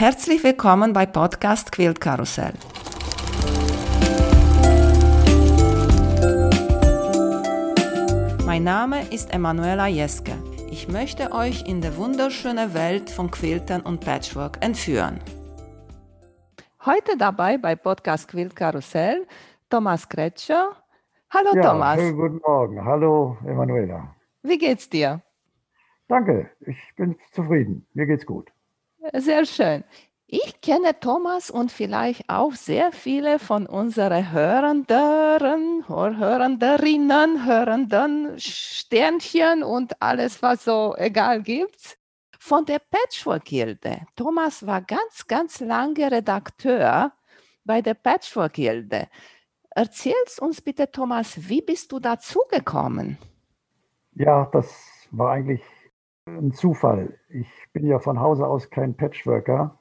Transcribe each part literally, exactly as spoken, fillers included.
Herzlich willkommen bei Podcast Quilt Karussell. Mein Name ist Emanuela Jeske. Ich möchte euch in die wunderschöne Welt von Quiltern und Patchwork entführen. Heute dabei bei Podcast Quilt Karussell Thomas Kretscher. Hallo Ja, Thomas. schönen guten Morgen. Hallo Emanuela. Wie geht's dir? Danke, ich bin zufrieden. Mir geht's gut. Sehr schön. Ich kenne Thomas und vielleicht auch sehr viele von unseren Hörenden, Hörenderinnen, Hörenden, Sternchen und alles, was so egal gibt, von der Patchwork-Gilde. Thomas war ganz, ganz lange Redakteur bei der Patchwork-Gilde. Erzählst uns bitte, Thomas, wie bist du dazugekommen? Ja, das war eigentlich ein Zufall. Ich bin ja von Hause aus kein Patchworker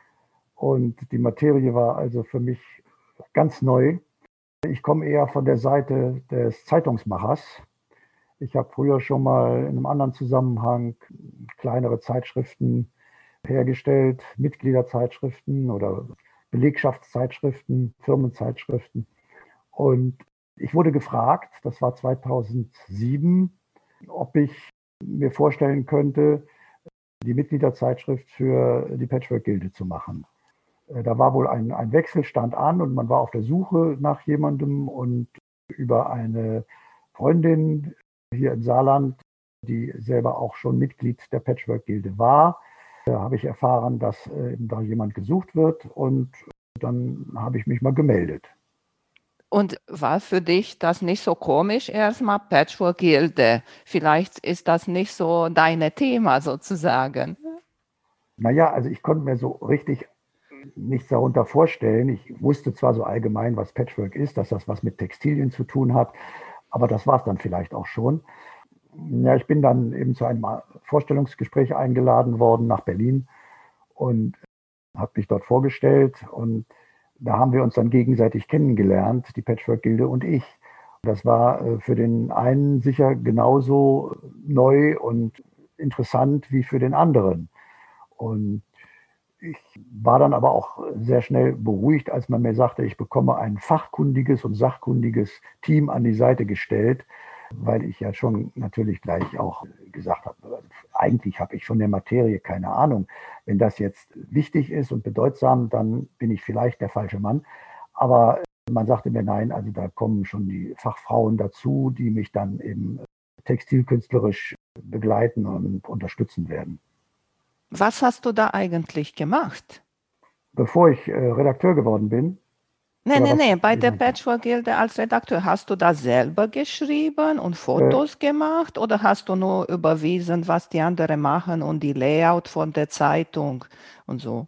und die Materie war also für mich ganz neu. Ich komme eher von der Seite des Zeitungsmachers. Ich habe früher schon mal in einem anderen Zusammenhang kleinere Zeitschriften hergestellt, Mitgliederzeitschriften oder Belegschaftszeitschriften, Firmenzeitschriften. Und ich wurde gefragt, das war zweitausendsieben, ob ich mir vorstellen könnte, die Mitgliederzeitschrift für die Patchwork-Gilde zu machen. Da war wohl ein, ein Wechselstand an und man war auf der Suche nach jemandem, und über eine Freundin hier im Saarland, die selber auch schon Mitglied der Patchwork-Gilde war, da habe ich erfahren, dass eben da jemand gesucht wird, und dann habe ich mich mal gemeldet. Und war für dich das nicht so komisch erstmal, Patchwork-Gilde? Vielleicht ist das nicht so dein Thema sozusagen. Naja, also ich konnte mir so richtig nichts darunter vorstellen. Ich wusste zwar so allgemein, was Patchwork ist, dass das was mit Textilien zu tun hat, aber das war es dann vielleicht auch schon. Ja, ich bin dann eben zu einem Vorstellungsgespräch eingeladen worden nach Berlin und habe mich dort vorgestellt, und da haben wir uns dann gegenseitig kennengelernt, die Patchwork-Gilde und ich. Das war für den einen sicher genauso neu und interessant wie für den anderen. Und ich war dann aber auch sehr schnell beruhigt, als man mir sagte, ich bekomme ein fachkundiges und sachkundiges Team an die Seite gestellt, weil ich ja schon natürlich gleich auch gesagt habe, eigentlich habe ich von der Materie keine Ahnung. Wenn das jetzt wichtig ist und bedeutsam, dann bin ich vielleicht der falsche Mann. Aber man sagte mir, nein, also da kommen schon die Fachfrauen dazu, die mich dann eben textilkünstlerisch begleiten und unterstützen werden. Was hast du da eigentlich gemacht? Bevor ich äh, Redakteur geworden bin, Nee, Oder nee, was? nee, bei der Patchwork-Gilde als Redakteur, hast du da selber geschrieben und Fotos äh, gemacht oder hast du nur überwiesen, was die anderen machen und die Layout von der Zeitung und so?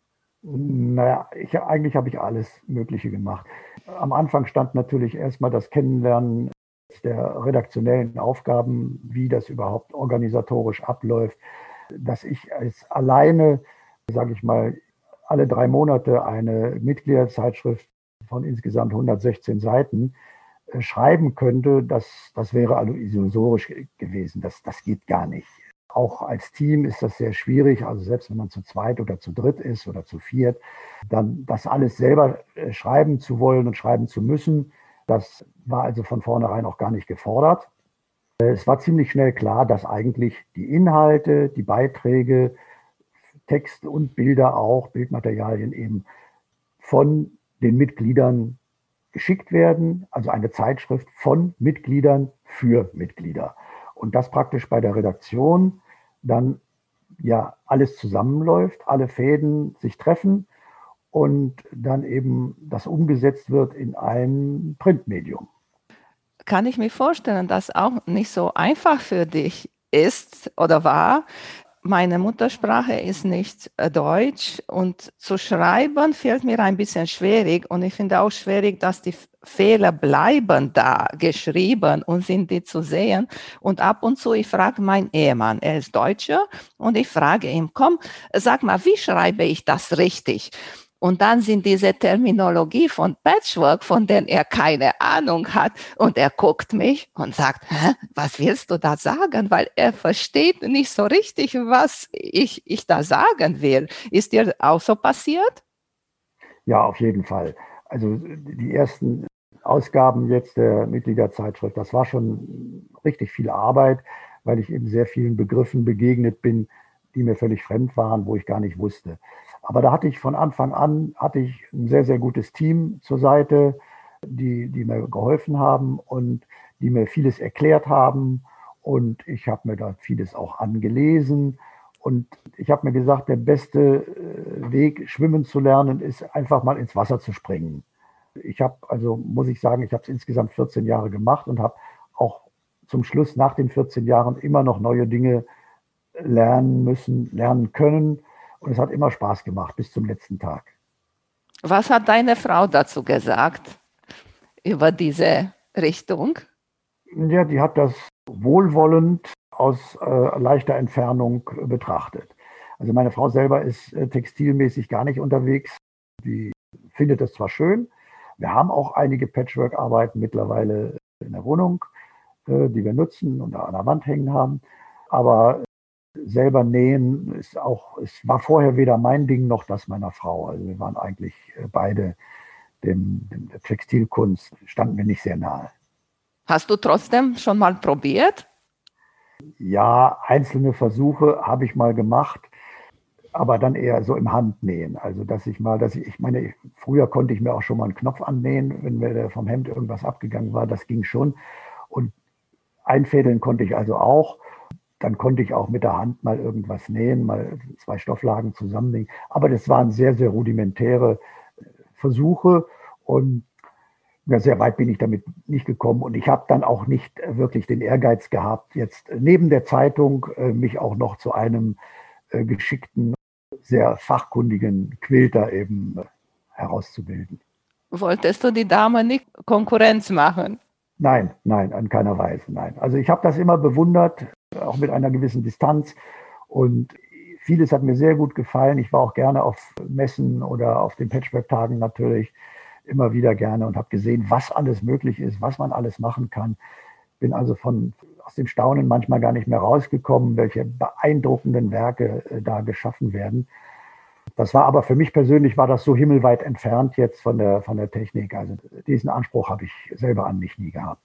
Naja, ich, eigentlich habe ich alles Mögliche gemacht. Am Anfang stand natürlich erstmal das Kennenlernen der redaktionellen Aufgaben, wie das überhaupt organisatorisch abläuft, dass ich als alleine, sage ich mal, alle drei Monate eine Mitgliederzeitschrift von insgesamt hundertsechzehn Seiten äh, schreiben könnte, das, das wäre also illusorisch gewesen. Das, das geht gar nicht. Auch als Team ist das sehr schwierig. Also selbst wenn man zu zweit oder zu dritt ist oder zu viert, dann das alles selber äh, schreiben zu wollen und schreiben zu müssen, das war also von vornherein auch gar nicht gefordert. Äh, es war ziemlich schnell klar, dass eigentlich die Inhalte, die Beiträge, Texte und Bilder auch, Bildmaterialien eben von den Mitgliedern geschickt werden, also eine Zeitschrift von Mitgliedern für Mitglieder. Und das praktisch bei der Redaktion dann ja alles zusammenläuft, alle Fäden sich treffen und dann eben das umgesetzt wird in ein Printmedium. Kann ich mir vorstellen, dass auch nicht so einfach für dich ist oder war. Meine Muttersprache ist nicht Deutsch und zu schreiben fällt mir ein bisschen schwierig, und ich finde auch schwierig, dass die Fehler bleiben da geschrieben und sind die zu sehen. Und ab und zu, ich frage meinen Ehemann, er ist Deutscher, und ich frage ihn, komm, sag mal, wie schreibe ich das richtig? Und dann sind diese Terminologie von Patchwork, von der er keine Ahnung hat. Und er guckt mich und sagt, hä, was willst du da sagen? Weil er versteht nicht so richtig, was ich, ich da sagen will. Ist dir auch so passiert? Ja, auf jeden Fall. Also die ersten Ausgaben jetzt der Mitgliederzeitschrift, das war schon richtig viel Arbeit, weil ich eben sehr vielen Begriffen begegnet bin, die mir völlig fremd waren, wo ich gar nicht wusste. Aber da hatte ich von Anfang an hatte ich ein sehr, sehr gutes Team zur Seite, die, die mir geholfen haben und die mir vieles erklärt haben. Und ich habe mir da vieles auch angelesen. Und ich habe mir gesagt, der beste Weg, schwimmen zu lernen, ist einfach mal ins Wasser zu springen. Ich habe, also muss ich sagen, ich habe es insgesamt vierzehn Jahre gemacht und habe auch zum Schluss nach den vierzehn Jahren immer noch neue Dinge lernen müssen, lernen können. Und es hat immer Spaß gemacht bis zum letzten Tag. Was hat deine Frau dazu gesagt über diese Richtung? Ja, die hat das wohlwollend aus äh, leichter Entfernung betrachtet. Also meine Frau selber ist äh, textilmäßig gar nicht unterwegs. Die findet es zwar schön. Wir haben auch einige Patchwork-Arbeiten mittlerweile in der Wohnung, äh, die wir nutzen und da an der Wand hängen haben. Aber selber nähen ist auch, es war vorher weder mein Ding noch das meiner Frau. Also wir waren eigentlich beide dem, dem der Textilkunst, standen wir nicht sehr nahe. Hast du trotzdem schon mal probiert? Ja, einzelne Versuche habe ich mal gemacht, aber dann eher so im Handnähen. Also dass ich mal, dass ich, ich meine, früher konnte ich mir auch schon mal einen Knopf annähen, wenn mir vom Hemd irgendwas abgegangen war, das ging schon. Und einfädeln konnte ich also auch. Dann konnte ich auch mit der Hand mal irgendwas nähen, mal zwei Stofflagen zusammenlegen. Aber das waren sehr, sehr rudimentäre Versuche und ja, sehr weit bin ich damit nicht gekommen. Und ich habe dann auch nicht wirklich den Ehrgeiz gehabt, jetzt neben der Zeitung mich auch noch zu einem geschickten, sehr fachkundigen Quilter eben herauszubilden. Wolltest du die Dame nicht Konkurrenz machen? Nein, nein, an keiner Weise, nein. Also ich habe das immer bewundert, auch mit einer gewissen Distanz. Und vieles hat mir sehr gut gefallen. Ich war auch gerne auf Messen oder auf den Patchwork-Tagen natürlich immer wieder gerne und habe gesehen, was alles möglich ist, was man alles machen kann. Bin also von, aus dem Staunen manchmal gar nicht mehr rausgekommen, welche beeindruckenden Werke äh, da geschaffen werden. Das war aber für mich persönlich, war das so himmelweit entfernt jetzt von der, von der Technik. Also diesen Anspruch habe ich selber an mich nie gehabt.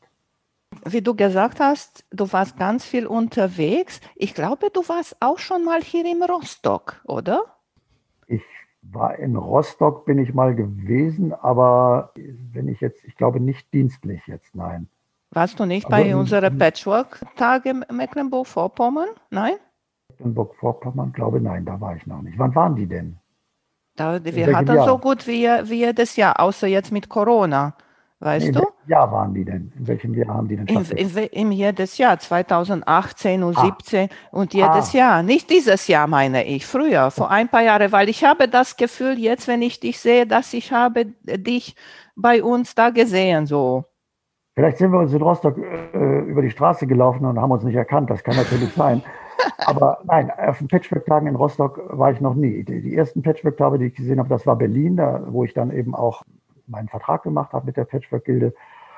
Wie du gesagt hast, du warst ganz viel unterwegs. Ich glaube, du warst auch schon mal hier in Rostock, oder? Ich war in Rostock, bin ich mal gewesen, aber wenn ich jetzt, ich glaube nicht dienstlich jetzt, nein. Warst du nicht Also bei in, unserer in Patchwork-Tage in Mecklenburg-Vorpommern? Nein? Mecklenburg-Vorpommern, glaube nein, da war ich noch nicht. Wann waren die denn? Da, In wir welchem hatten so Jahr? gut wie, wie jedes Jahr, außer jetzt mit Corona. Nee, Weißt in du? welchem Jahr waren die denn? In welchem Jahr haben die denn In, stattgefunden? in, Im jedes Jahr, zweitausendachtzehn und Ah, siebzehn und jedes ah, Jahr. Nicht dieses Jahr, meine ich, früher, vor ein paar Jahren, weil ich habe das Gefühl jetzt, wenn ich dich sehe, dass ich habe dich bei uns da gesehen, so. vielleicht sind wir uns in Rostock äh, über die Straße gelaufen und haben uns nicht erkannt. Das kann natürlich sein. Aber nein, auf den Patchwork-Tagen in Rostock war ich noch nie. Die, die ersten Patchwork-Tage, die ich gesehen habe, das war Berlin, da, wo ich dann eben auch meinen Vertrag gemacht habe mit der Patchwork-Gilde.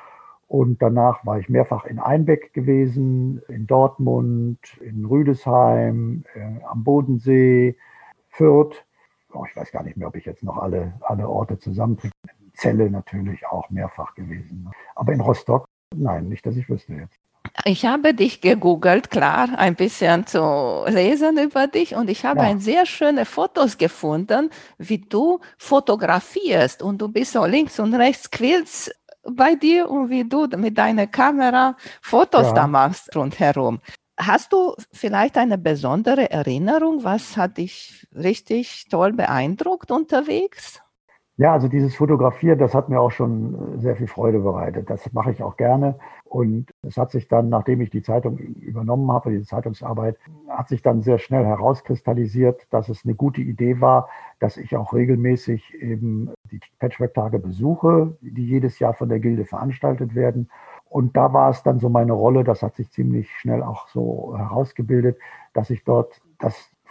Und danach war ich mehrfach in Einbeck gewesen, in Dortmund, in Rüdesheim, äh, am Bodensee, Fürth. Oh, ich weiß gar nicht mehr, ob ich jetzt noch alle, alle Orte zusammenkriege. Celle natürlich auch mehrfach gewesen. Aber in Rostock, nein, nicht, dass ich wüsste jetzt. Ich habe dich gegoogelt, klar, ein bisschen zu lesen über dich und ich habe Ja, ein sehr schöne Fotos gefunden, wie du fotografierst und du bist so links und rechts quälst bei dir und wie du mit deiner Kamera Fotos da ja. machst rundherum. Hast du vielleicht eine besondere Erinnerung? Was hat dich richtig toll beeindruckt unterwegs? Ja, also dieses Fotografieren, das hat mir auch schon sehr viel Freude bereitet. Das mache ich auch gerne. Und es hat sich dann, nachdem ich die Zeitung übernommen habe, diese Zeitungsarbeit, hat sich dann sehr schnell herauskristallisiert, dass es eine gute Idee war, dass ich auch regelmäßig eben die Patchwork-Tage besuche, die jedes Jahr von der Gilde veranstaltet werden. Und da war es dann so meine Rolle, das hat sich ziemlich schnell auch so herausgebildet, dass ich dort das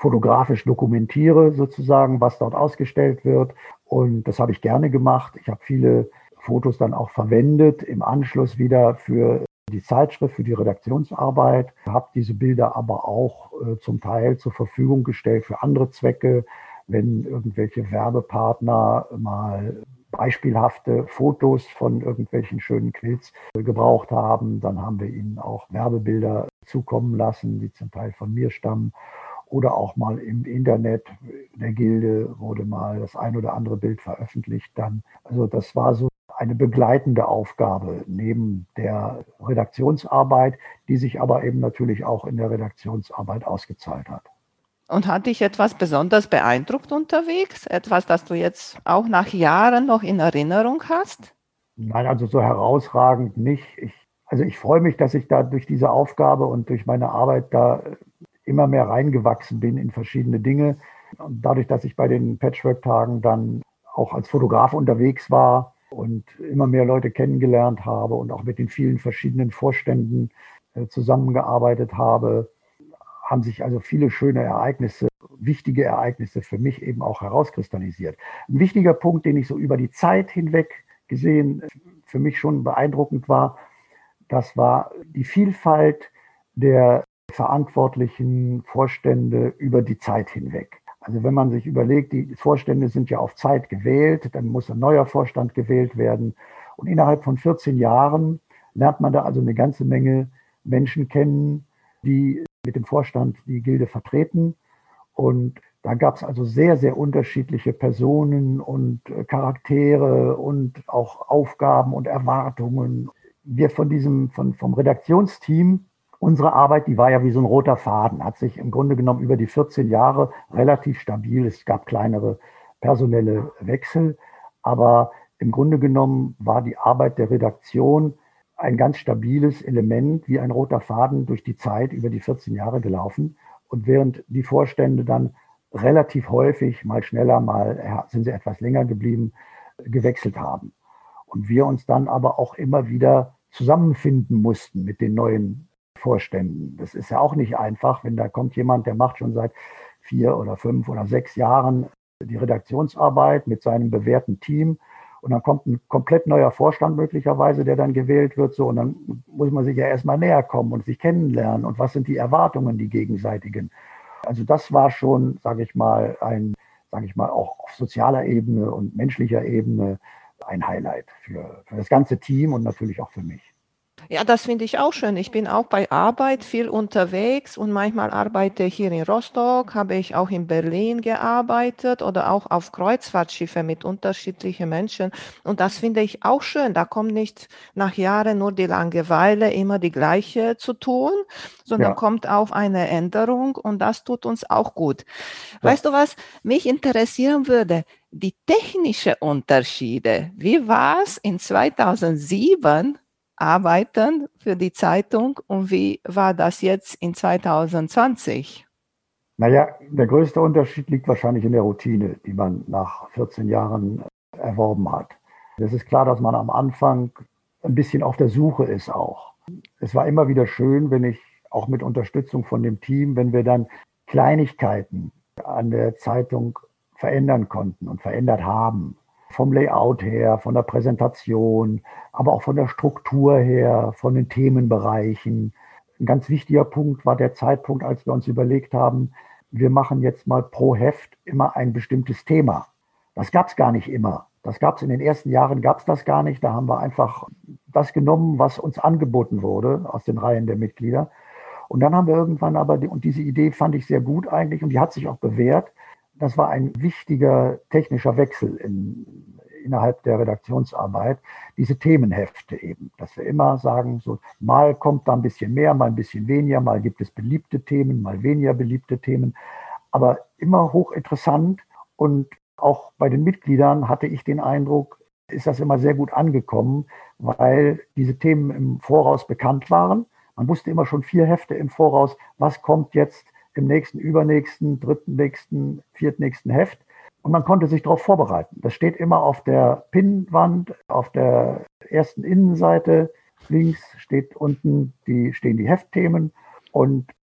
fotografisch dokumentiere sozusagen, was dort ausgestellt wird. Und das habe ich gerne gemacht. Ich habe viele Fotos dann auch verwendet, im Anschluss wieder für die Zeitschrift, für die Redaktionsarbeit, habe diese Bilder aber auch äh, zum Teil zur Verfügung gestellt für andere Zwecke, wenn irgendwelche Werbepartner mal beispielhafte Fotos von irgendwelchen schönen Quilts gebraucht haben, dann haben wir ihnen auch Werbebilder zukommen lassen, die zum Teil von mir stammen. Oder auch mal im Internet der Gilde wurde mal das ein oder andere Bild veröffentlicht dann. Also das war so eine begleitende Aufgabe neben der Redaktionsarbeit, die sich aber eben natürlich auch in der Redaktionsarbeit ausgezahlt hat. Und hat dich etwas besonders beeindruckt unterwegs? Etwas, das du jetzt auch nach Jahren noch in Erinnerung hast? Nein, also so herausragend nicht. Ich, also ich freue mich, dass ich da durch diese Aufgabe und durch meine Arbeit da immer mehr reingewachsen bin in verschiedene Dinge. Und dadurch, dass ich bei den Patchwork-Tagen dann auch als Fotograf unterwegs war und immer mehr Leute kennengelernt habe und auch mit den vielen verschiedenen Vorständen äh, zusammengearbeitet habe, haben sich also viele schöne Ereignisse, wichtige Ereignisse für mich eben auch herauskristallisiert. Ein wichtiger Punkt, den ich so über die Zeit hinweg gesehen für mich schon beeindruckend war, das war die Vielfalt der verantwortlichen Vorstände über die Zeit hinweg. Also wenn man sich überlegt, die Vorstände sind ja auf Zeit gewählt, dann muss ein neuer Vorstand gewählt werden. Und innerhalb von vierzehn Jahren lernt man da also eine ganze Menge Menschen kennen, die mit dem Vorstand die Gilde vertreten. Und da gab es also sehr, sehr unterschiedliche Personen und Charaktere und auch Aufgaben und Erwartungen. Wir von diesem, von, vom Redaktionsteam, unsere Arbeit, die war ja wie so ein roter Faden, hat sich im Grunde genommen über die vierzehn Jahre relativ stabil. Es gab kleinere personelle Wechsel, aber im Grunde genommen war die Arbeit der Redaktion ein ganz stabiles Element, wie ein roter Faden durch die Zeit über die vierzehn Jahre gelaufen. Und während die Vorstände dann relativ häufig, mal schneller, mal sind sie etwas länger geblieben, gewechselt haben. Und wir uns dann aber auch immer wieder zusammenfinden mussten mit den neuen Vorständen. Das ist ja auch nicht einfach, wenn da kommt jemand, der macht schon seit vier oder fünf oder sechs Jahren die Redaktionsarbeit mit seinem bewährten Team. Und dann kommt ein komplett neuer Vorstand möglicherweise, der dann gewählt wird. So, und dann muss man sich ja erstmal näher kommen und sich kennenlernen. Und was sind die Erwartungen, die gegenseitigen? Also das war schon, sage ich mal, ein, sage ich mal, auch auf sozialer Ebene und menschlicher Ebene ein Highlight für, für das ganze Team und natürlich auch für mich. Ja, das finde ich auch schön. Ich bin auch bei Arbeit viel unterwegs und manchmal arbeite ich hier in Rostock, habe ich auch in Berlin gearbeitet oder auch auf Kreuzfahrtschiffe mit unterschiedlichen Menschen. Und das finde ich auch schön. Da kommt nicht nach Jahren nur die Langeweile, immer die gleiche zu tun, sondern Ja, kommt auch eine Änderung und das tut uns auch gut. ja. Weißt du, was mich interessieren würde? Die technischen Unterschiede. Wie war es in zweitausendsieben? Arbeiten für die Zeitung und wie war das jetzt in zweitausendzwanzig? Naja, der größte Unterschied liegt wahrscheinlich in der Routine, die man nach vierzehn Jahren erworben hat. Es ist klar, dass man am Anfang ein bisschen auf der Suche ist auch. Es war immer wieder schön, wenn ich auch mit Unterstützung von dem Team, wenn wir dann Kleinigkeiten an der Zeitung verändern konnten und verändert haben. Vom Layout her, von der Präsentation, aber auch von der Struktur her, von den Themenbereichen. Ein ganz wichtiger Punkt war der Zeitpunkt, als wir uns überlegt haben, wir machen jetzt mal pro Heft immer ein bestimmtes Thema. Das gab es gar nicht immer. Das gab es in den ersten Jahren, gab es das gar nicht. Da haben wir einfach das genommen, was uns angeboten wurde aus den Reihen der Mitglieder. Und dann haben wir irgendwann aber, die, und diese Idee fand ich sehr gut eigentlich und die hat sich auch bewährt. Das war ein wichtiger technischer Wechsel in, innerhalb der Redaktionsarbeit, diese Themenhefte eben, dass wir immer sagen, so mal kommt da ein bisschen mehr, mal ein bisschen weniger, mal gibt es beliebte Themen, mal weniger beliebte Themen, aber immer hochinteressant. Und auch bei den Mitgliedern hatte ich den Eindruck, ist das immer sehr gut angekommen, weil diese Themen im Voraus bekannt waren. Man wusste immer schon vier Hefte im Voraus, was kommt jetzt im nächsten, übernächsten, dritten, nächsten, viertnächsten Heft. Und man konnte sich darauf vorbereiten. Das steht immer auf der Pinnwand, auf der ersten Innenseite. Links steht unten, die, stehen die Heftthemen. Und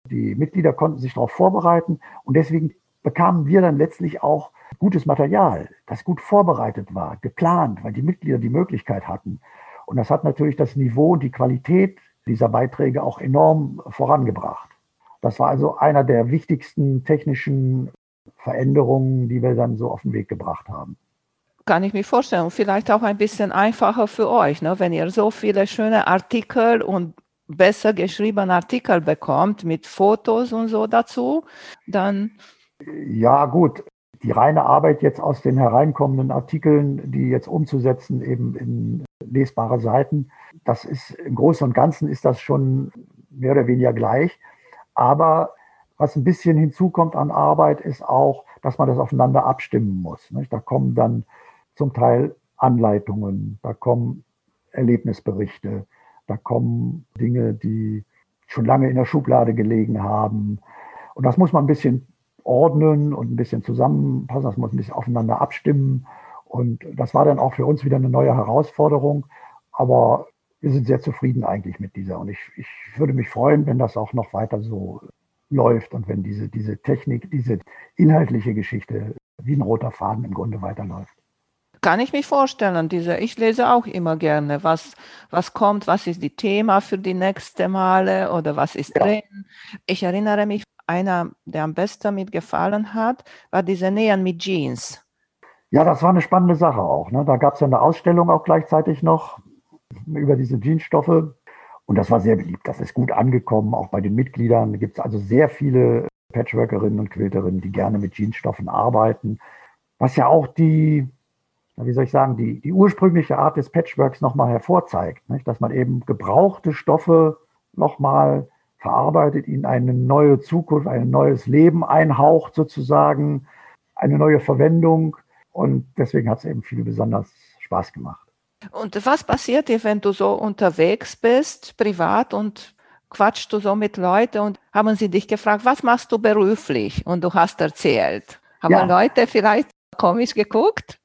Die Mitglieder konnten sich darauf vorbereiten und deswegen bekamen wir dann letztlich auch gutes Material, das gut vorbereitet war, geplant, weil die Mitglieder die Möglichkeit hatten. Und das hat natürlich das Niveau und die Qualität dieser Beiträge auch enorm vorangebracht. Das war also einer der wichtigsten technischen Veränderungen, die wir dann so auf den Weg gebracht haben. Kann ich mir vorstellen. Und vielleicht auch ein bisschen einfacher für euch, ne? Wenn ihr so viele schöne Artikel und besser geschriebene Artikel bekommt mit Fotos und so dazu, dann... Ja gut, die reine Arbeit jetzt aus den hereinkommenden Artikeln, die jetzt umzusetzen eben in lesbare Seiten, das ist im Großen und Ganzen ist das schon mehr oder weniger gleich. Aber was ein bisschen hinzukommt an Arbeit, ist auch, dass man das aufeinander abstimmen muss. Nicht? Da kommen dann zum Teil Anleitungen, da kommen Erlebnisberichte, da kommen Dinge, die schon lange in der Schublade gelegen haben. Und das muss man ein bisschen ordnen und ein bisschen zusammenpassen, das muss ein bisschen aufeinander abstimmen. Und das war dann auch für uns wieder eine neue Herausforderung. Aber wir sind sehr zufrieden eigentlich mit dieser. Und ich, ich würde mich freuen, wenn das auch noch weiter so läuft und wenn diese, diese Technik, diese inhaltliche Geschichte wie ein roter Faden im Grunde weiterläuft. Kann ich mir vorstellen. Diese, ich lese auch immer gerne, was, was kommt, was ist die Thema für die nächsten Male oder was ist Ja. drin. Ich erinnere mich, einer, der am besten mitgefallen hat, war diese Nähen mit Jeans. Ja, das war eine spannende Sache auch. Ne? Da gab es ja eine Ausstellung auch gleichzeitig noch über diese Jeansstoffe. Und das war sehr beliebt. Das ist gut angekommen, auch bei den Mitgliedern. Da gibt es also sehr viele Patchworkerinnen und Quilterinnen, die gerne mit Jeansstoffen arbeiten. Was ja auch die, wie soll ich sagen, die, die ursprüngliche Art des Patchworks nochmal hervorzeigt. Nicht? Dass man eben gebrauchte Stoffe nochmal verarbeitet, ihnen eine neue Zukunft, ein neues Leben einhaucht sozusagen, eine neue Verwendung. Und deswegen hat es eben viel besonders Spaß gemacht. Und was passiert dir, wenn du so unterwegs bist, privat, und quatschst du so mit Leuten und haben sie dich gefragt, was machst du beruflich? Und du hast erzählt. Haben Ja. Leute vielleicht komisch geguckt?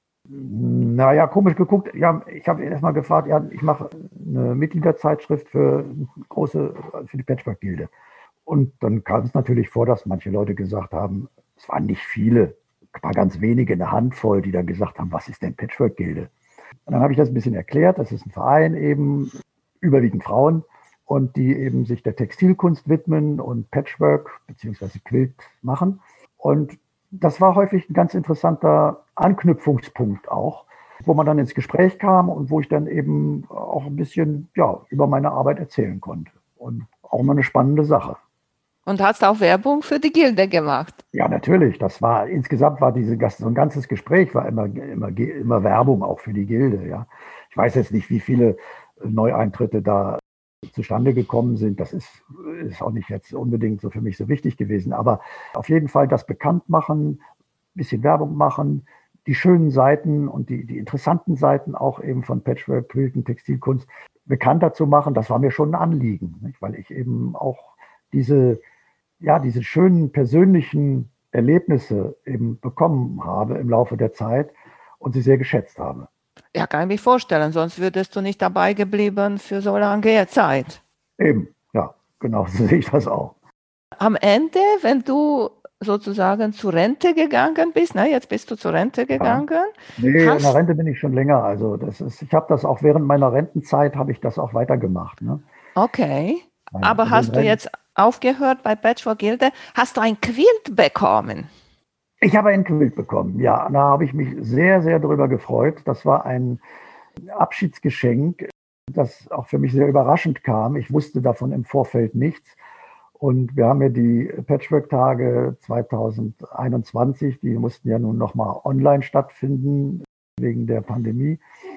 Naja, komisch geguckt. Ja, ich habe erstmal gefragt, ja, ich mache eine Mitgliederzeitschrift für große, für die Patchwork-Gilde. Und dann kam es natürlich vor, dass manche Leute gesagt haben, es waren nicht viele, ein paar ganz wenige, eine Handvoll, die dann gesagt haben, was ist denn Patchwork-Gilde? Und dann habe ich das ein bisschen erklärt, das ist ein Verein eben, überwiegend Frauen, und die eben sich der Textilkunst widmen und Patchwork bzw. Quilt machen. Und das war häufig ein ganz interessanter Anknüpfungspunkt auch, wo man dann ins Gespräch kam und wo ich dann eben auch ein bisschen ja, über meine Arbeit erzählen konnte. Und auch mal eine spannende Sache. Und hast auch Werbung für die Gilde gemacht? Ja, natürlich. Das war, insgesamt war diese, so ein ganzes Gespräch war immer, immer, immer Werbung auch für die Gilde. Ja. Ich weiß jetzt nicht, wie viele Neueintritte da zustande gekommen sind. Das ist, ist auch nicht jetzt unbedingt so für mich so wichtig gewesen. Aber auf jeden Fall das bekannt machen, ein bisschen Werbung machen, die schönen Seiten und die, die interessanten Seiten auch eben von Patchwork, Quilten, Textilkunst bekannter zu machen, das war mir schon ein Anliegen, nicht? Weil ich eben auch diese, ja, diese schönen persönlichen Erlebnisse eben bekommen habe im Laufe der Zeit und sie sehr geschätzt habe. Ja, kann ich mir vorstellen, sonst würdest du nicht dabei geblieben für so lange Zeit. Eben, ja, genau, so sehe ich das auch. Am Ende, wenn du sozusagen zur Rente gegangen bist, ne, jetzt bist du zur Rente gegangen. Ja. Nee, hast... in der Rente bin ich schon länger. Also das ist, ich habe das auch während meiner Rentenzeit, habe ich das auch weitergemacht. Ne? Okay, Nein, aber also hast du jetzt aufgehört bei Patchwork Gilde? Hast du ein Quilt bekommen? Ich habe ein Quilt bekommen, ja. Da habe ich mich sehr, sehr drüber gefreut. Das war ein Abschiedsgeschenk, das auch für mich sehr überraschend kam. Ich wusste davon im Vorfeld nichts. Und wir haben ja die Patchwork-Tage zweitausendeinundzwanzig, die mussten ja nun nochmal online stattfinden wegen der Pandemie.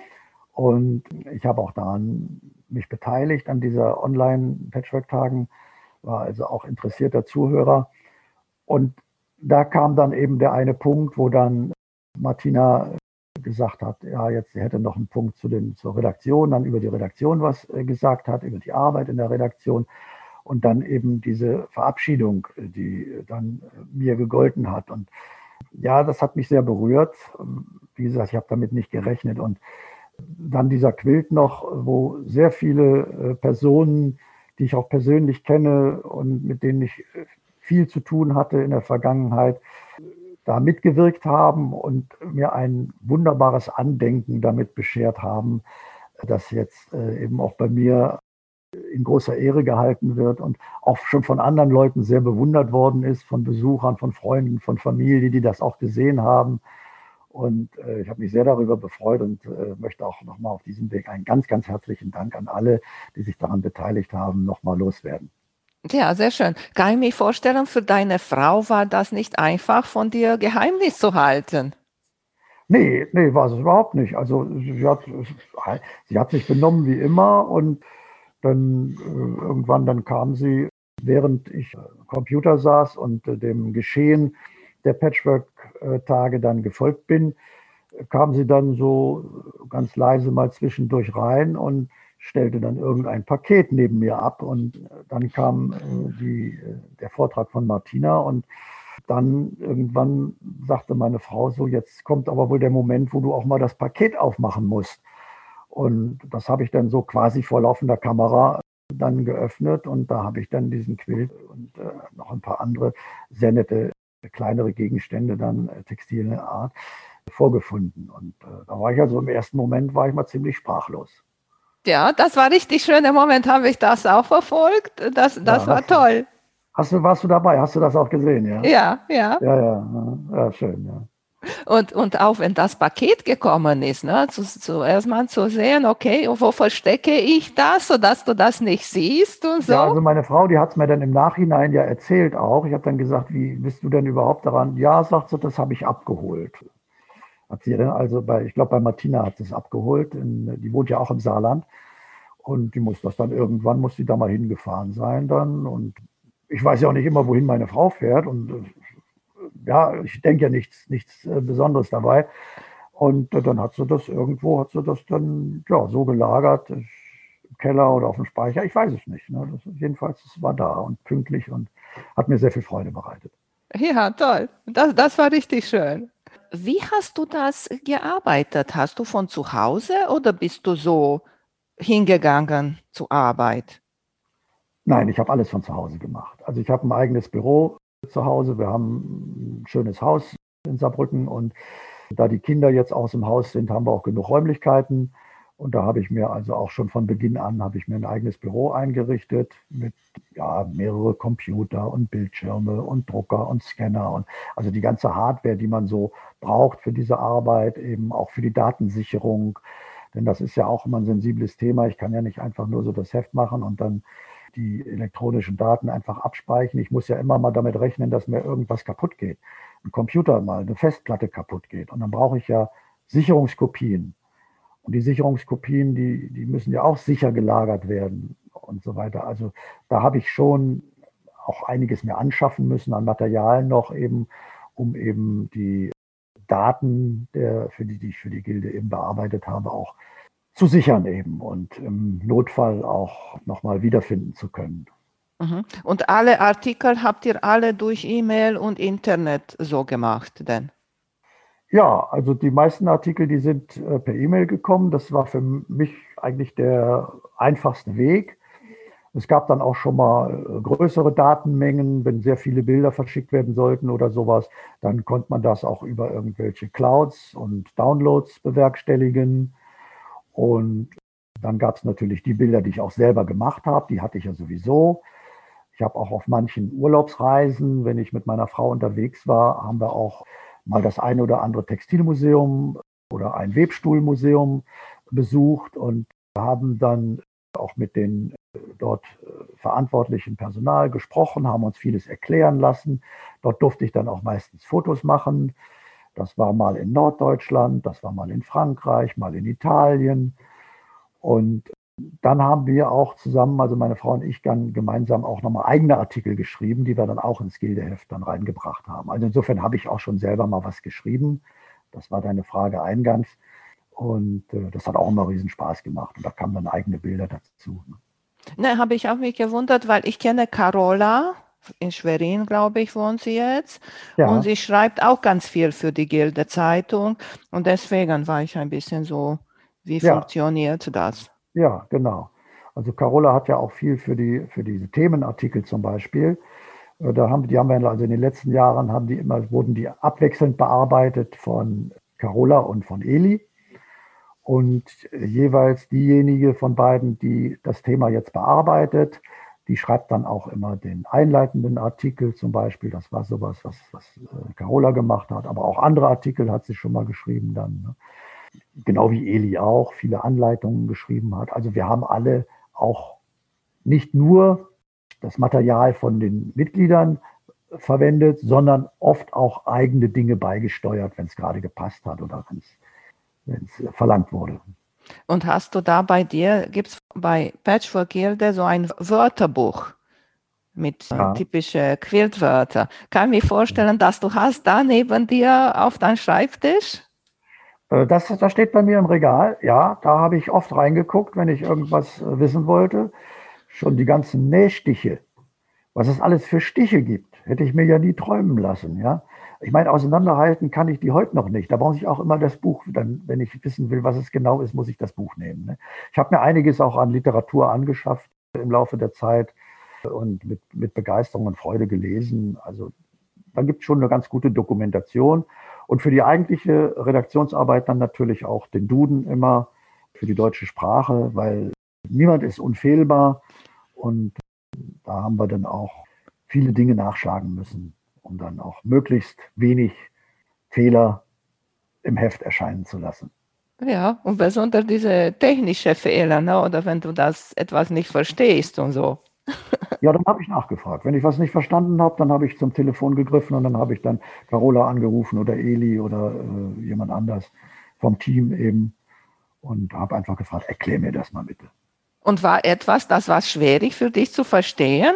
Und ich habe auch daran mich beteiligt an dieser Online-Patchwork-Tagen, war also auch interessierter Zuhörer. Und da kam dann eben der eine Punkt, wo dann Martina gesagt hat, ja, jetzt sie hätte noch einen Punkt zu den, zur Redaktion, dann über die Redaktion was gesagt hat, über die Arbeit in der Redaktion. Und dann eben diese Verabschiedung, die dann mir gegolten hat. Und ja, das hat mich sehr berührt. Wie gesagt, ich habe damit nicht gerechnet. Und dann dieser Quilt noch, wo sehr viele Personen, die ich auch persönlich kenne und mit denen ich viel zu tun hatte in der Vergangenheit, da mitgewirkt haben und mir ein wunderbares Andenken damit beschert haben, das jetzt eben auch bei mir in großer Ehre gehalten wird und auch schon von anderen Leuten sehr bewundert worden ist, von Besuchern, von Freunden, von Familie, die das auch gesehen haben. Und äh, ich habe mich sehr darüber gefreut und äh, möchte auch nochmal auf diesem Weg einen ganz, ganz herzlichen Dank an alle, die sich daran beteiligt haben, nochmal loswerden. Ja, sehr schön. Kann ich mir vorstellen, für deine Frau war das nicht einfach, von dir Geheimnis zu halten? Nee, nee, war es überhaupt nicht. Also sie hat, sie hat sich benommen wie immer und dann äh, irgendwann dann kam sie, während ich am Computer saß und äh, dem Geschehen der Patchwork-Tage dann gefolgt bin, kam sie dann so ganz leise mal zwischendurch rein und stellte dann irgendein Paket neben mir ab. Und dann kam äh, die, der Vortrag von Martina und dann irgendwann sagte meine Frau so, jetzt kommt aber wohl der Moment, wo du auch mal das Paket aufmachen musst. Und das habe ich dann so quasi vor laufender Kamera dann geöffnet und da habe ich dann diesen Quilt und äh, noch ein paar andere sehr nette, kleinere Gegenstände dann äh, textiler Art vorgefunden. Und äh, da war ich also im ersten Moment, war ich mal ziemlich sprachlos. Ja, das war richtig schön. Im Moment habe ich das auch verfolgt. Das, das Ja, war hast du, toll. hast du, warst du dabei? Hast du das auch gesehen, ja? Ja, ja. Ja, ja, ja, ja schön, ja. Und, und auch wenn das Paket gekommen ist, ne, zu, zuerst mal zu sehen, okay, wo verstecke ich das, sodass du das nicht siehst und Ja, so. also meine Frau, die hat es mir dann im Nachhinein ja erzählt auch. Ich habe dann gesagt, wie bist du denn überhaupt daran? Ja, sagt sie, das habe ich abgeholt. Hat sie dann also bei, ich glaube, bei Martina hat sie es abgeholt. In, die wohnt ja auch im Saarland. Und die muss das dann irgendwann, muss die da mal hingefahren sein dann. Und ich weiß ja auch nicht immer, wohin meine Frau fährt. Und äh, ja, ich denke ja nichts, nichts äh, Besonderes dabei. Und äh, dann hat sie das irgendwo, hat sie das dann ja, so gelagert, äh, im Keller oder auf dem Speicher. Ich weiß es nicht. Ne? Das, jedenfalls, es war da und pünktlich und hat mir sehr viel Freude bereitet. Ja, toll. Das, das war richtig schön. Wie hast du das gearbeitet? Hast du von zu Hause oder bist du so hingegangen zur Arbeit? Nein, ich habe alles von zu Hause gemacht. Also ich habe ein eigenes Büro zu Hause. Wir haben ein schönes Haus in Saarbrücken und da die Kinder jetzt aus dem Haus sind, haben wir auch genug Räumlichkeiten. Und da habe ich mir also auch schon von Beginn an habe ich mir ein eigenes Büro eingerichtet mit ja, mehrere Computer und Bildschirme und Drucker und Scanner und also die ganze Hardware, die man so braucht für diese Arbeit, eben auch für die Datensicherung. Denn das ist ja auch immer ein sensibles Thema. Ich kann ja nicht einfach nur so das Heft machen und dann die elektronischen Daten einfach abspeichern. Ich muss ja immer mal damit rechnen, dass mir irgendwas kaputt geht. Ein Computer mal, eine Festplatte kaputt geht. Und dann brauche ich ja Sicherungskopien. Und die Sicherungskopien, die, die müssen ja auch sicher gelagert werden und so weiter. Also da habe ich schon auch einiges mehr anschaffen müssen an Material noch eben, um eben die Daten, der, für die, die ich für die Gilde eben bearbeitet habe, auch zu sichern eben und im Notfall auch nochmal wiederfinden zu können. Mhm. Und alle Artikel habt ihr alle durch E-Mail und Internet so gemacht, denn? Ja, also die meisten Artikel, die sind äh, per E-Mail gekommen. Das war für mich eigentlich der einfachste Weg. Es gab dann auch schon mal äh, größere Datenmengen, wenn sehr viele Bilder verschickt werden sollten oder sowas, dann konnte man das auch über irgendwelche Clouds und Downloads bewerkstelligen. Und dann gab es natürlich die Bilder, die ich auch selber gemacht habe, die hatte ich ja sowieso. Ich habe auch auf manchen Urlaubsreisen, wenn ich mit meiner Frau unterwegs war, haben wir auch mal das eine oder andere Textilmuseum oder ein Webstuhlmuseum besucht und haben dann auch mit den dort verantwortlichen Personal gesprochen, haben uns vieles erklären lassen. Dort durfte ich dann auch meistens Fotos machen. Das war mal in Norddeutschland, das war mal in Frankreich, mal in Italien. Und dann haben wir auch zusammen, also meine Frau und ich, dann gemeinsam auch nochmal eigene Artikel geschrieben, die wir dann auch ins Gildeheft dann reingebracht haben. Also insofern habe ich auch schon selber mal was geschrieben. Das war deine Frage eingangs. Und äh, das hat auch immer riesen Spaß gemacht. Und da kamen dann eigene Bilder dazu. Ne, habe ich auch mich gewundert, weil ich kenne Carola, in Schwerin, glaube ich, wohnt sie jetzt. Und Ja, sie schreibt auch ganz viel für die Gilde-Zeitung. Und deswegen war ich ein bisschen so, wie ja, funktioniert das? ja, genau. Also Carola hat ja auch viel für die, für diese Themenartikel zum Beispiel. Da haben, die haben wir also in den letzten Jahren haben die immer, wurden die abwechselnd bearbeitet von Carola und von Eli. Und jeweils diejenige von beiden, die das Thema jetzt bearbeitet, die schreibt dann auch immer den einleitenden Artikel zum Beispiel. Das war sowas, was, was Carola gemacht hat. Aber auch andere Artikel hat sie schon mal geschrieben dann. Ne? Genau wie Eli auch viele Anleitungen geschrieben hat. Also wir haben alle auch nicht nur das Material von den Mitgliedern verwendet, sondern oft auch eigene Dinge beigesteuert, wenn es gerade gepasst hat oder wenn es verlangt wurde. Und hast du da bei dir, gibt es bei Patchwork Gilde so ein Wörterbuch mit ja. typischen Quiltwörtern? Kann ich mir vorstellen, dass du hast da neben dir auf deinem Schreibtisch? Das, das steht bei mir im Regal, ja, da habe ich oft reingeguckt, wenn ich irgendwas wissen wollte. Schon die ganzen Nähstiche, was es alles für Stiche gibt, hätte ich mir ja nie träumen lassen, ja. Ich meine, auseinanderhalten kann ich die heute noch nicht. Da brauche ich auch immer das Buch. Dann, wenn ich wissen will, was es genau ist, muss ich das Buch nehmen. Ne? Ich habe mir einiges auch an Literatur angeschafft im Laufe der Zeit und mit, mit Begeisterung und Freude gelesen. Also da gibt es schon eine ganz gute Dokumentation. Und für die eigentliche Redaktionsarbeit dann natürlich auch den Duden immer für die deutsche Sprache, weil niemand ist unfehlbar. Und da haben wir dann auch viele Dinge nachschlagen müssen, um dann auch möglichst wenig Fehler im Heft erscheinen zu lassen. Ja, und besonders diese technischen Fehler, ne? Oder wenn du das etwas nicht verstehst und so. Ja, dann habe ich nachgefragt. Wenn ich was nicht verstanden habe, dann habe ich zum Telefon gegriffen und dann habe ich dann Carola angerufen oder Eli oder äh, jemand anders vom Team eben und habe einfach gefragt, erklär mir das mal bitte. Und war etwas, das war schwierig für dich zu verstehen?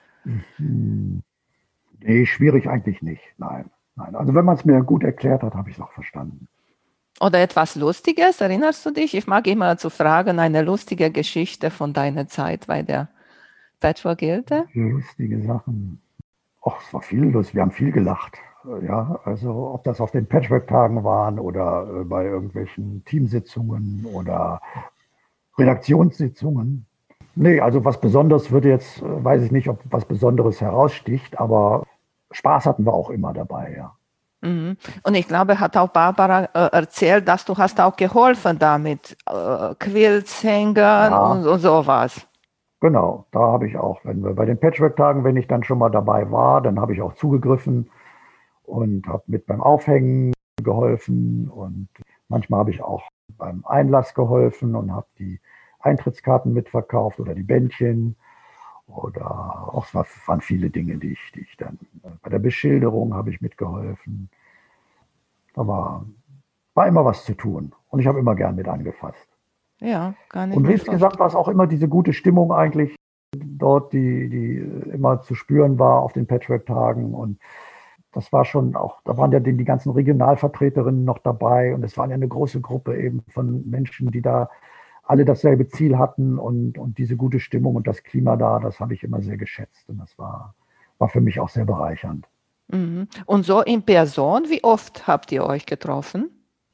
Hm. Nee, schwierig eigentlich nicht. Nein, nein. Also wenn man es mir gut erklärt hat, habe ich es auch verstanden. Oder etwas Lustiges, erinnerst du dich? Ich mag immer zu fragen, eine lustige Geschichte von deiner Zeit bei der Patchwork Gilde. Lustige Sachen. Ach, es war viel lustig. Wir haben viel gelacht. Ja, also ob das auf den Patchwork-Tagen waren oder äh, bei irgendwelchen Teamsitzungen oder Redaktionssitzungen. Nee, also was Besonderes wird jetzt, äh, weiß ich nicht, ob was Besonderes heraussticht, aber Spaß hatten wir auch immer dabei, ja. Mhm. Und ich glaube, hat auch Barbara äh, erzählt, dass du hast auch geholfen damit, äh, Quilts, Hängern ja. und, und sowas. Genau, da habe ich auch, wenn wir bei den Patchwork-Tagen, wenn ich dann schon mal dabei war, dann habe ich auch zugegriffen und habe mit beim Aufhängen geholfen und manchmal habe ich auch beim Einlass geholfen und habe die Eintrittskarten mitverkauft oder die Bändchen oder auch es waren viele Dinge, die ich, die ich dann bei der Beschilderung habe ich mitgeholfen. Da war, war immer was zu tun und ich habe immer gern mit angefasst. Ja, gar nicht. Und wie gesagt, war es auch immer diese gute Stimmung eigentlich dort, die, die immer zu spüren war auf den Patchwork-Tagen. Und das war schon auch, da waren ja die, die ganzen Regionalvertreterinnen noch dabei. Und es war ja eine große Gruppe eben von Menschen, die da alle dasselbe Ziel hatten. Und, und diese gute Stimmung und das Klima da, das habe ich immer sehr geschätzt. Und das war, war für mich auch sehr bereichernd. Mhm. Und so in Person, wie oft habt ihr euch getroffen?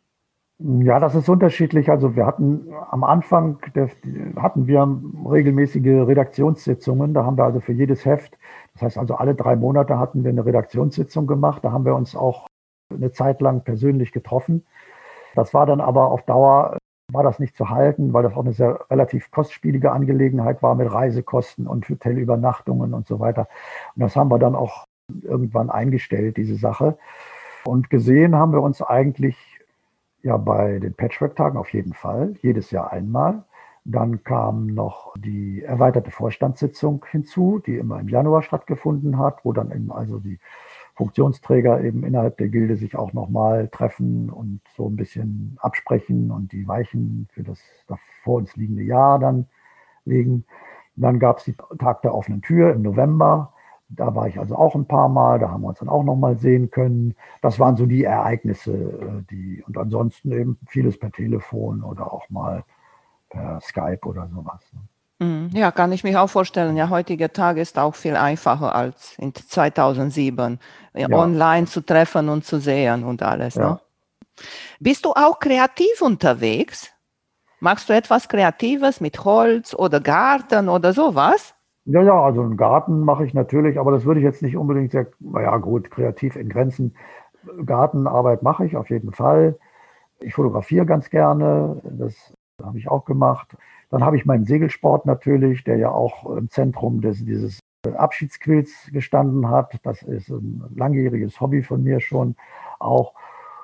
Ja, das ist unterschiedlich. Also wir hatten am Anfang der, hatten wir regelmäßige Redaktionssitzungen. Da haben wir also für jedes Heft, das heißt also alle drei Monate hatten wir eine Redaktionssitzung gemacht. Da haben wir uns auch eine Zeit lang persönlich getroffen. Das war dann aber auf Dauer, war das nicht zu halten, weil das auch eine sehr relativ kostspielige Angelegenheit war mit Reisekosten und Hotelübernachtungen und so weiter. Und das haben wir dann auch irgendwann eingestellt, diese Sache. Und gesehen haben wir uns eigentlich ja, bei den Patchwork-Tagen auf jeden Fall, jedes Jahr einmal. Dann kam noch die erweiterte Vorstandssitzung hinzu, die immer im Januar stattgefunden hat, wo dann eben also die Funktionsträger eben innerhalb der Gilde sich auch nochmal treffen und so ein bisschen absprechen und die Weichen für das, das vor uns liegende Jahr dann legen. Dann gab es den Tag der offenen Tür im November. Da war ich also auch ein paar Mal, da haben wir uns dann auch noch mal sehen können. Das waren so die Ereignisse, die und ansonsten eben vieles per Telefon oder auch mal per Skype oder sowas. Ja, kann ich mir auch vorstellen. Ja, heutiger Tag ist auch viel einfacher als in zweitausendsieben, ja. Online zu treffen und zu sehen und alles. Ja. Ne? Bist du auch kreativ unterwegs? Machst du etwas Kreatives mit Holz oder Garten oder sowas? Ja, ja, also einen Garten mache ich natürlich, aber das würde ich jetzt nicht unbedingt sehr, naja, gut, kreativ in Grenzen. Gartenarbeit mache ich auf jeden Fall. Ich fotografiere ganz gerne, das habe ich auch gemacht. Dann habe ich meinen Segelsport natürlich, der ja auch im Zentrum des, dieses Abschiedsquills gestanden hat. Das ist ein langjähriges Hobby von mir schon auch.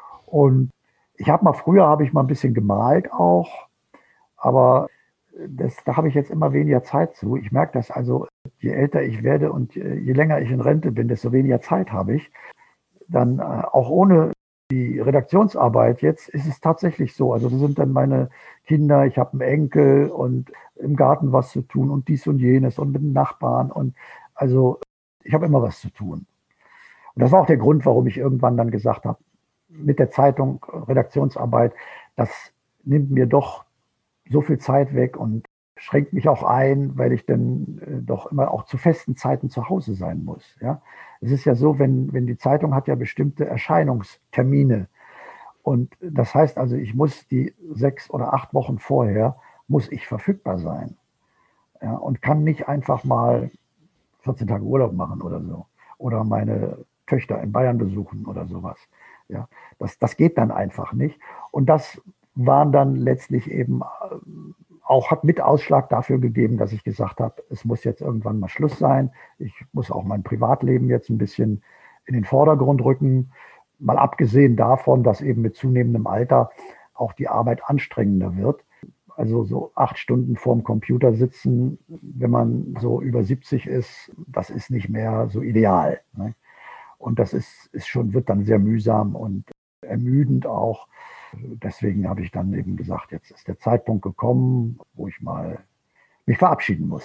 Und ich habe mal früher, habe ich mal ein bisschen gemalt auch, aber das, da habe ich jetzt immer weniger Zeit zu. Ich merke das also, je älter ich werde und je länger ich in Rente bin, desto weniger Zeit habe ich. Dann äh, auch ohne die Redaktionsarbeit jetzt ist es tatsächlich so. Also das sind dann meine Kinder, ich habe einen Enkel und im Garten was zu tun und dies und jenes und mit den Nachbarn. Und also ich habe immer was zu tun. Und das war auch der Grund, warum ich irgendwann dann gesagt habe, mit der Zeitung, Redaktionsarbeit, das nimmt mir doch so viel Zeit weg und schränkt mich auch ein, weil ich dann äh, doch immer auch zu festen Zeiten zu Hause sein muss. Ja? Es ist ja so, wenn, wenn die Zeitung hat ja bestimmte Erscheinungstermine. Und das heißt also, ich muss die sechs oder acht Wochen vorher, muss ich verfügbar sein. Ja? Und kann nicht einfach mal vierzehn Tage Urlaub machen oder so. Oder meine Töchter in Bayern besuchen oder sowas. Ja? Das, das geht dann einfach nicht. Und das waren dann letztlich eben auch, hat mit Ausschlag dafür gegeben, dass ich gesagt habe, es muss jetzt irgendwann mal Schluss sein. Ich muss auch mein Privatleben jetzt ein bisschen in den Vordergrund rücken. Mal abgesehen davon, dass eben mit zunehmendem Alter auch die Arbeit anstrengender wird. Also so acht Stunden vorm Computer sitzen, wenn man so über siebzig ist, das ist nicht mehr so ideal. Ne? Und das ist, ist schon, wird dann sehr mühsam und ermüdend auch. Deswegen habe ich dann eben gesagt, jetzt ist der Zeitpunkt gekommen, wo ich mal mich verabschieden muss.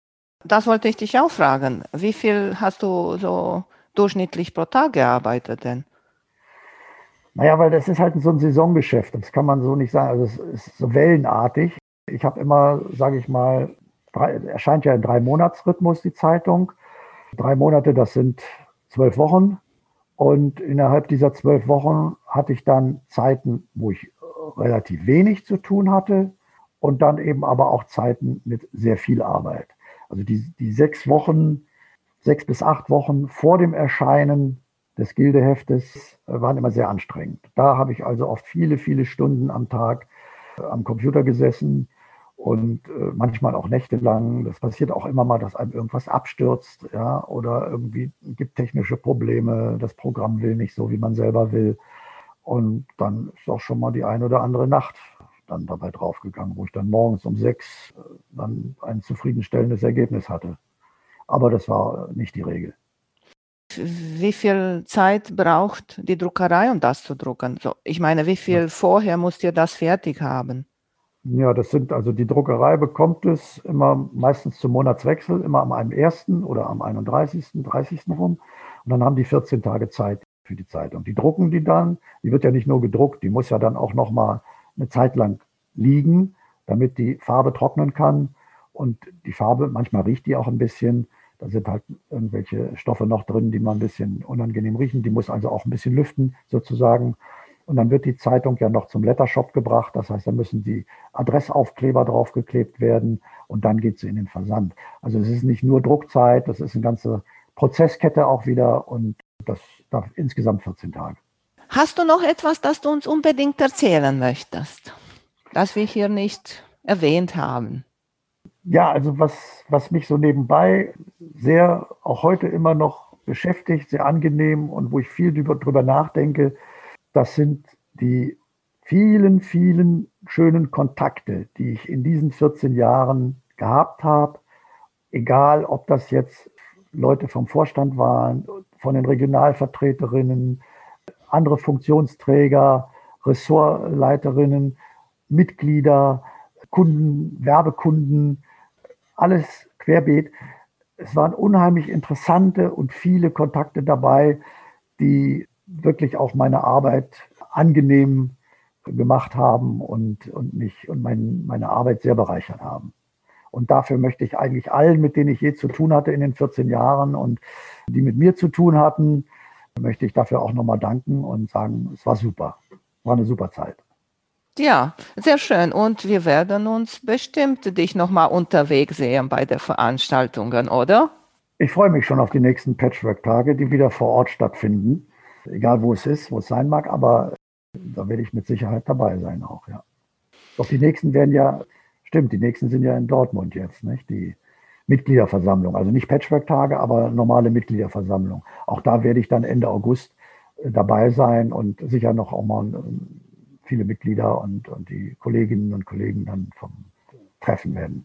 Das wollte ich dich auch fragen. Wie viel hast du so durchschnittlich pro Tag gearbeitet denn? Naja, weil das ist halt so ein Saisongeschäft. Das kann man so nicht sagen. Also es ist so wellenartig. Ich habe immer, sage ich mal, drei, erscheint ja in drei Monatsrhythmus die Zeitung. Drei Monate, das sind zwölf Wochen. Und innerhalb dieser zwölf Wochen hatte ich dann Zeiten, wo ich relativ wenig zu tun hatte und dann eben aber auch Zeiten mit sehr viel Arbeit. Also die, die sechs Wochen, sechs bis acht Wochen vor dem Erscheinen des Gildeheftes waren immer sehr anstrengend. Da habe ich also oft viele, viele Stunden am Tag am Computer gesessen und äh, manchmal auch nächtelang. Das passiert auch immer mal, dass einem irgendwas abstürzt, ja, oder irgendwie gibt technische Probleme, das Programm will nicht so, wie man selber will. Und dann ist auch schon mal die eine oder andere Nacht dann dabei draufgegangen, wo ich dann morgens um sechs äh, dann ein zufriedenstellendes Ergebnis hatte. Aber das war nicht die Regel. Wie viel Zeit braucht die Druckerei, um das zu drucken? So, ich meine, wie viel vorher musst ihr das fertig haben? Ja, das sind also die Druckerei bekommt es immer meistens zum Monatswechsel, immer am ersten oder am einunddreißigsten, dreißigsten rum. Und dann haben die vierzehn Tage Zeit für die Zeitung. Die drucken die dann, die wird ja nicht nur gedruckt, die muss ja dann auch noch mal eine Zeit lang liegen, damit die Farbe trocknen kann. Und die Farbe, manchmal riecht die auch ein bisschen. Da sind halt irgendwelche Stoffe noch drin, die man ein bisschen unangenehm riechen. Die muss also auch ein bisschen lüften sozusagen. Und dann wird die Zeitung ja noch zum Lettershop gebracht. Das heißt, da müssen die Adressaufkleber draufgeklebt werden und dann geht sie in den Versand. Also es ist nicht nur Druckzeit, das ist eine ganze Prozesskette auch wieder und das darf insgesamt vierzehn Tage. Hast du noch etwas, das du uns unbedingt erzählen möchtest, das wir hier nicht erwähnt haben? Ja, also was, was mich so nebenbei sehr, auch heute immer noch beschäftigt, sehr angenehm und wo ich viel drüber, drüber nachdenke, das sind die vielen, vielen schönen Kontakte, die ich in diesen vierzehn Jahren gehabt habe. Egal, ob das jetzt Leute vom Vorstand waren, von den Regionalvertreterinnen, andere Funktionsträger, Ressortleiterinnen, Mitglieder, Kunden, Werbekunden, alles querbeet. Es waren unheimlich interessante und viele Kontakte dabei, die wirklich auch meine Arbeit angenehm gemacht haben und, und mich und mein, meine Arbeit sehr bereichert haben. Und dafür möchte ich eigentlich allen, mit denen ich je zu tun hatte in den vierzehn Jahren und die mit mir zu tun hatten, möchte ich dafür auch nochmal danken und sagen, es war super. War eine super Zeit. Ja, sehr schön. Und wir werden uns bestimmt dich nochmal unterwegs sehen bei den Veranstaltungen, oder? Ich freue mich schon auf die nächsten Patchwork-Tage, die wieder vor Ort stattfinden. Egal wo es ist, wo es sein mag, aber da werde ich mit Sicherheit dabei sein auch, ja. Doch die nächsten werden ja, stimmt, die nächsten sind ja in Dortmund jetzt, nicht? Die Mitgliederversammlung, also nicht Patchwork-Tage, aber normale Mitgliederversammlung. Auch da werde ich dann Ende August dabei sein und sicher noch auch mal viele Mitglieder und, und die Kolleginnen und Kollegen dann vom Treffen werden.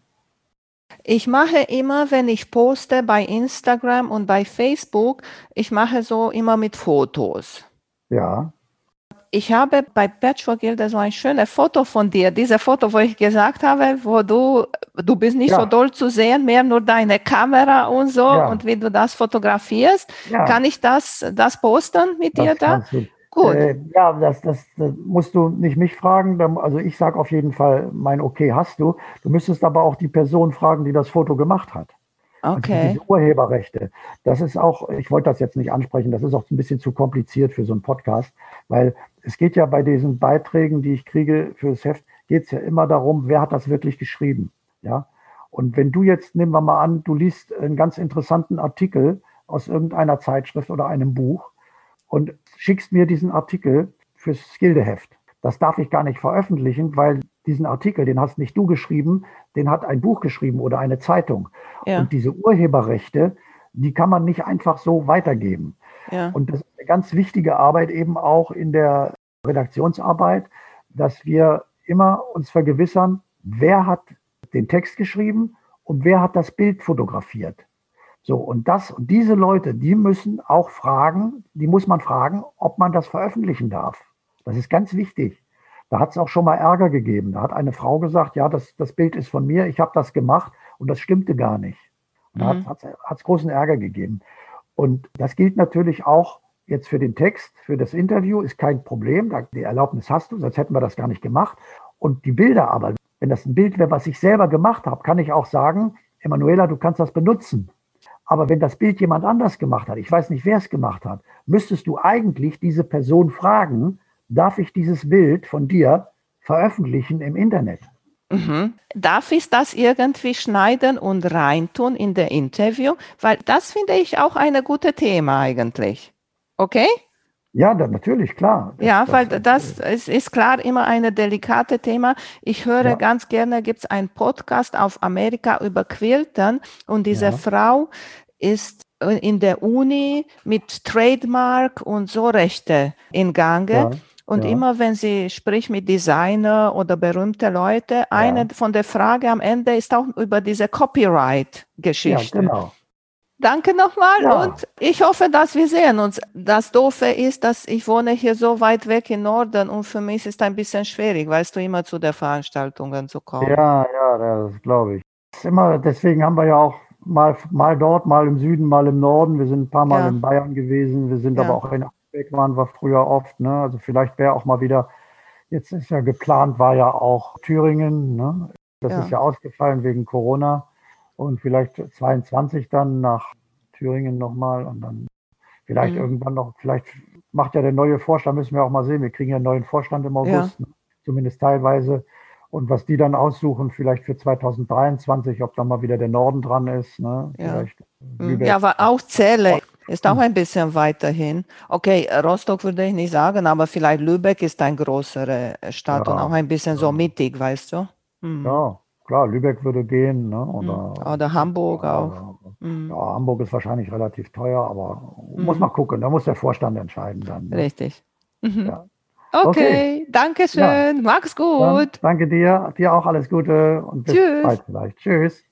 Ich mache immer, wenn ich poste bei Instagram und bei Facebook, ich mache so immer mit Fotos. Ja. Ich habe bei Patchwork Gilde so ein schönes Foto von dir. Dieses Foto, wo ich gesagt habe, wo du, du bist nicht ja. so doll zu sehen, mehr nur deine Kamera und so ja. und wie du das fotografierst. Ja. Kann ich das, das posten mit das dir da? Gut. Äh, ja, das, das, das musst du nicht mich fragen. Also ich sage auf jeden Fall, mein Okay hast du. Du müsstest aber auch die Person fragen, die das Foto gemacht hat. Okay. Also diese Urheberrechte. Das ist auch, ich wollte das jetzt nicht ansprechen, das ist auch ein bisschen zu kompliziert für so einen Podcast, weil es geht ja bei diesen Beiträgen, die ich kriege für das Heft, geht es ja immer darum, wer hat das wirklich geschrieben. Ja? Und wenn du jetzt, nehmen wir mal an, du liest einen ganz interessanten Artikel aus irgendeiner Zeitschrift oder einem Buch und schickst mir diesen Artikel fürs Gildeheft. Das darf ich gar nicht veröffentlichen, weil diesen Artikel, den hast nicht du geschrieben, den hat ein Buch geschrieben oder eine Zeitung. Ja. Und diese Urheberrechte, die kann man nicht einfach so weitergeben. Ja. Und das ist eine ganz wichtige Arbeit eben auch in der Redaktionsarbeit, dass wir immer uns vergewissern, wer hat den Text geschrieben und wer hat das Bild fotografiert. So, und das, und diese Leute, die müssen auch fragen, die muss man fragen, ob man das veröffentlichen darf. Das ist ganz wichtig. Da hat es auch schon mal Ärger gegeben. Da hat eine Frau gesagt, ja, das, das Bild ist von mir, ich habe das gemacht und das stimmte gar nicht. Und da mhm. hat es großen Ärger gegeben. Und das gilt natürlich auch jetzt für den Text, für das Interview, ist kein Problem. Die Erlaubnis hast du, sonst hätten wir das gar nicht gemacht. Und die Bilder aber, wenn das ein Bild wäre, was ich selber gemacht habe, kann ich auch sagen, Emanuela, du kannst das benutzen. Aber wenn das Bild jemand anders gemacht hat, ich weiß nicht, wer es gemacht hat, müsstest du eigentlich diese Person fragen, darf ich dieses Bild von dir veröffentlichen im Internet? Mhm. Darf ich das irgendwie schneiden und reintun in der Interview? Weil das finde ich auch eine gute Thema eigentlich. Okay? Ja, da, natürlich, klar. Das, ja, weil das, das ist, ist klar immer eine delikate Thema. Ich höre ja. ganz gerne, gibt es einen Podcast auf Amerika über Quiltern und diese ja. Frau ist in der Uni mit Trademark und so Rechte in Gange. Ja. Und ja. immer wenn sie spricht mit Designer oder berühmte Leute, eine ja. von der Frage am Ende ist auch über diese Copyright-Geschichte. Ja, genau. Danke nochmal ja. und ich hoffe, dass wir sehen uns. Das Doofe ist, dass ich wohne hier so weit weg im Norden und für mich ist es ein bisschen schwierig, weißt du, immer zu den Veranstaltungen zu kommen. Ja, ja, das glaube ich. Das ist immer, deswegen haben wir ja auch mal, mal dort, mal im Süden, mal im Norden. Wir sind ein paar Mal ja. in Bayern gewesen, wir sind ja. aber auch in Weg waren wir früher oft, ne? Also vielleicht wäre auch mal wieder, jetzt ist ja geplant, war ja auch Thüringen, ne? Das ja. ist ja ausgefallen wegen Corona und vielleicht zweiundzwanzig dann nach Thüringen nochmal und dann vielleicht mhm. irgendwann noch, vielleicht macht ja der neue Vorstand, müssen wir auch mal sehen, wir kriegen ja einen neuen Vorstand im August, ja. ne? Zumindest teilweise und was die dann aussuchen, vielleicht für zweitausenddreiundzwanzig, ob da mal wieder der Norden dran ist, ne? Ja, vielleicht mhm. ja, aber auch Celle ist auch ein bisschen weiterhin. Okay, Rostock würde ich nicht sagen, aber vielleicht Lübeck ist eine größere Stadt ja, und auch ein bisschen ja. so mittig, weißt du? Mhm. Ja, klar, Lübeck würde gehen. Ne? Oder, mhm. oder Hamburg ja, auch. Mhm. Ja, Hamburg ist wahrscheinlich relativ teuer, aber mhm. muss man gucken, da muss der Vorstand entscheiden dann. Ne? Richtig. Mhm. Ja. Okay, okay. Danke schön, ja. Mach's gut. Dann danke dir, dir auch alles Gute und bis Tschüss. bald vielleicht. Tschüss.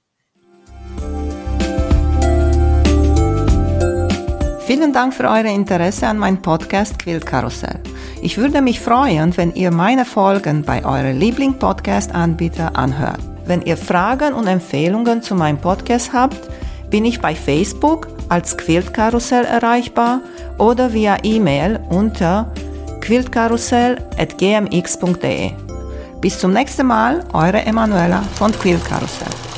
Vielen Dank für euer Interesse an meinem Podcast Quiltkarussell. Ich würde mich freuen, wenn ihr meine Folgen bei eurem Liebling-Podcast-Anbieter anhört. Wenn ihr Fragen und Empfehlungen zu meinem Podcast habt, bin ich bei Facebook als Quiltkarussell erreichbar oder via E-Mail unter quiltkarussell at g m x punkt d e. Bis zum nächsten Mal, eure Emanuela von Quiltkarussell.